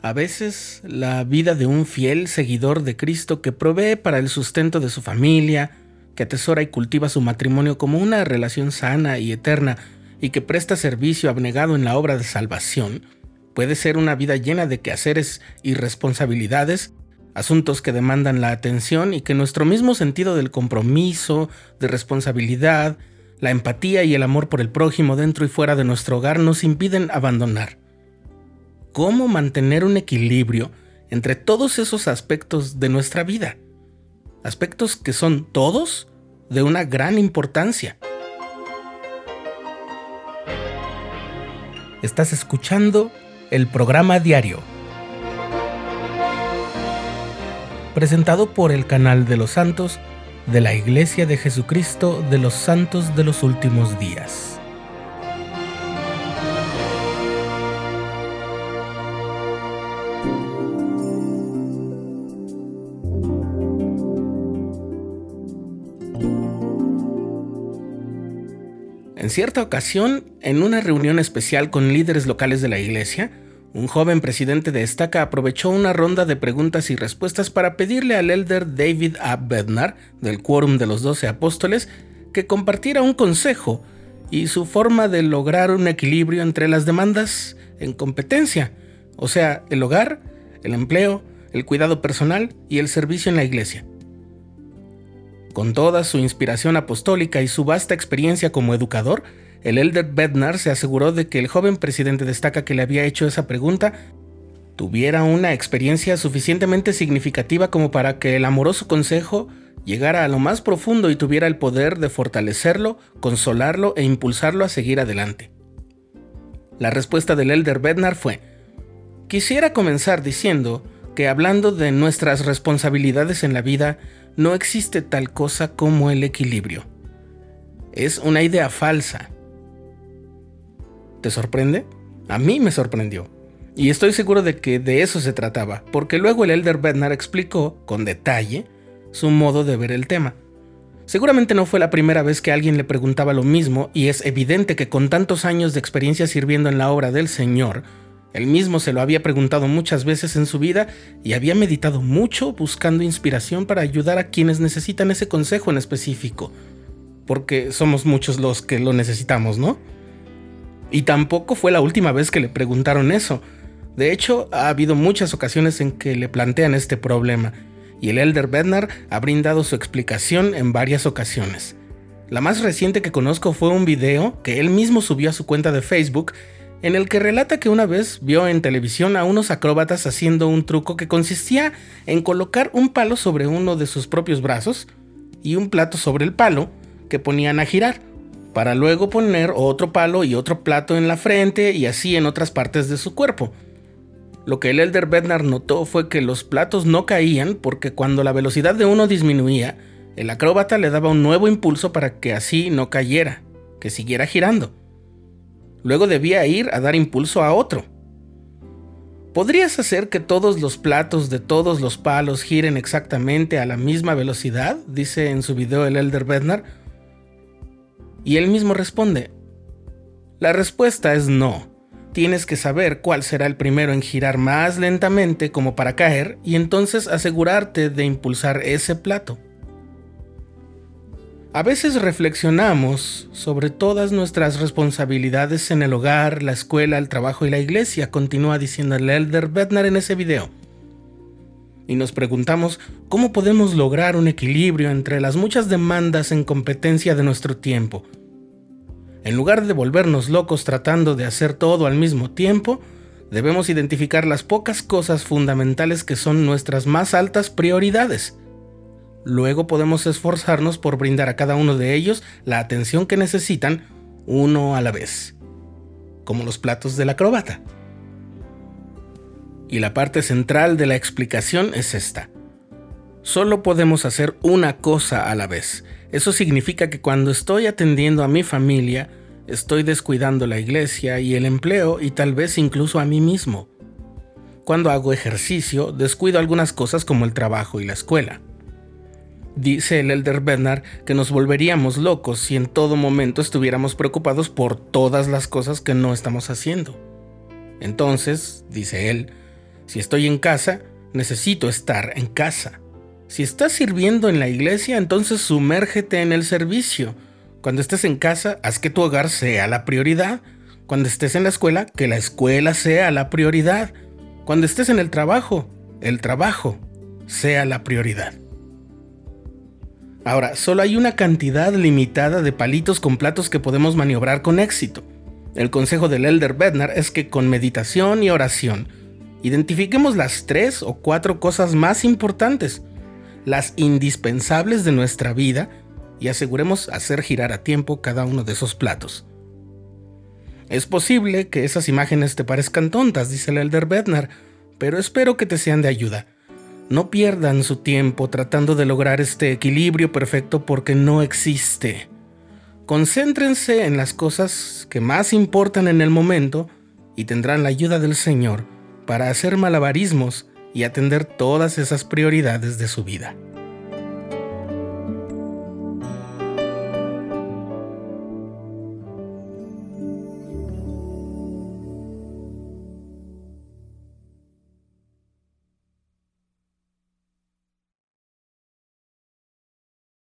A veces, la vida de un fiel seguidor de Cristo que provee para el sustento de su familia, que atesora y cultiva su matrimonio como una relación sana y eterna y que presta servicio abnegado en la obra de salvación, puede ser una vida llena de quehaceres y responsabilidades, asuntos que demandan la atención y que nuestro mismo sentido del compromiso, de responsabilidad, la empatía y el amor por el prójimo dentro y fuera de nuestro hogar nos impiden abandonar. ¿Cómo mantener un equilibrio entre todos esos aspectos de nuestra vida? Aspectos que son todos de una gran importancia. Estás escuchando el programa diario, presentado por el canal de los santos de la Iglesia de Jesucristo de los Santos de los Últimos Días. En cierta ocasión, en una reunión especial con líderes locales de la iglesia, un joven presidente de Estaca aprovechó una ronda de preguntas y respuestas para pedirle al elder David A. Bednar, del Quórum de los 12 Apóstoles, que compartiera un consejo y su forma de lograr un equilibrio entre las demandas en competencia, o sea, el hogar, el empleo, el cuidado personal y el servicio en la iglesia. Con toda su inspiración apostólica y su vasta experiencia como educador, el elder Bednar se aseguró de que el joven presidente de Estaca que le había hecho esa pregunta tuviera una experiencia suficientemente significativa como para que el amoroso consejo llegara a lo más profundo y tuviera el poder de fortalecerlo, consolarlo e impulsarlo a seguir adelante. La respuesta del elder Bednar fue: quisiera comenzar diciendo que hablando de nuestras responsabilidades en la vida, no existe tal cosa como el equilibrio. Es una idea falsa. ¿Te sorprende? A mí me sorprendió. Y estoy seguro de que de eso se trataba, porque luego el elder Bednar explicó, con detalle, su modo de ver el tema. Seguramente no fue la primera vez que alguien le preguntaba lo mismo, y es evidente que con tantos años de experiencia sirviendo en la obra del Señor, él mismo se lo había preguntado muchas veces en su vida y había meditado mucho buscando inspiración para ayudar a quienes necesitan ese consejo en específico, porque somos muchos los que lo necesitamos, ¿no? Y tampoco fue la última vez que le preguntaron eso. De hecho, ha habido muchas ocasiones en que le plantean este problema, y el elder Bednar ha brindado su explicación en varias ocasiones. La más reciente que conozco fue un video que él mismo subió a su cuenta de Facebook, en el que relata que una vez vio en televisión a unos acróbatas haciendo un truco que consistía en colocar un palo sobre uno de sus propios brazos y un plato sobre el palo que ponían a girar, para luego poner otro palo y otro plato en la frente y así en otras partes de su cuerpo. Lo que el elder Bednar notó fue que los platos no caían porque cuando la velocidad de uno disminuía, el acróbata le daba un nuevo impulso para que así no cayera, que siguiera girando. Luego debía ir a dar impulso a otro. ¿Podrías hacer que todos los platos de todos los palos giren exactamente a la misma velocidad?, dice en su video el elder Bednar. Y él mismo responde: la respuesta es no. Tienes que saber cuál será el primero en girar más lentamente como para caer y entonces asegurarte de impulsar ese plato. A veces reflexionamos sobre todas nuestras responsabilidades en el hogar, la escuela, el trabajo y la iglesia, continúa diciendo el elder Bednar en ese video. Y nos preguntamos cómo podemos lograr un equilibrio entre las muchas demandas en competencia de nuestro tiempo. En lugar de volvernos locos tratando de hacer todo al mismo tiempo, debemos identificar las pocas cosas fundamentales que son nuestras más altas prioridades. Luego podemos esforzarnos por brindar a cada uno de ellos la atención que necesitan, uno a la vez, como los platos del acróbata. Y la parte central de la explicación es esta: solo podemos hacer una cosa a la vez. Eso significa que cuando estoy atendiendo a mi familia, estoy descuidando la iglesia y el empleo y tal vez incluso a mí mismo. Cuando hago ejercicio, descuido algunas cosas como el trabajo y la escuela. Dice el elder Bednar que nos volveríamos locos si en todo momento estuviéramos preocupados por todas las cosas que no estamos haciendo. Entonces, dice él, Si estoy en casa, necesito estar en casa. Si estás sirviendo en la iglesia, entonces sumérgete en el servicio. Cuando estés en casa, haz que tu hogar sea la prioridad. Cuando estés en la escuela, que la escuela sea la prioridad. Cuando estés en el trabajo sea la prioridad. Ahora, solo hay una cantidad limitada de palitos con platos que podemos maniobrar con éxito. El consejo del Elder Bednar es que con meditación y oración, identifiquemos las 3 o 4 cosas más importantes, las indispensables de nuestra vida, y aseguremos hacer girar a tiempo cada uno de esos platos. Es posible que esas imágenes te parezcan tontas, dice el Elder Bednar, pero espero que te sean de ayuda. No pierdan su tiempo tratando de lograr este equilibrio perfecto porque no existe. Concéntrense en las cosas que más importan en el momento y tendrán la ayuda del Señor para hacer malabarismos y atender todas esas prioridades de su vida.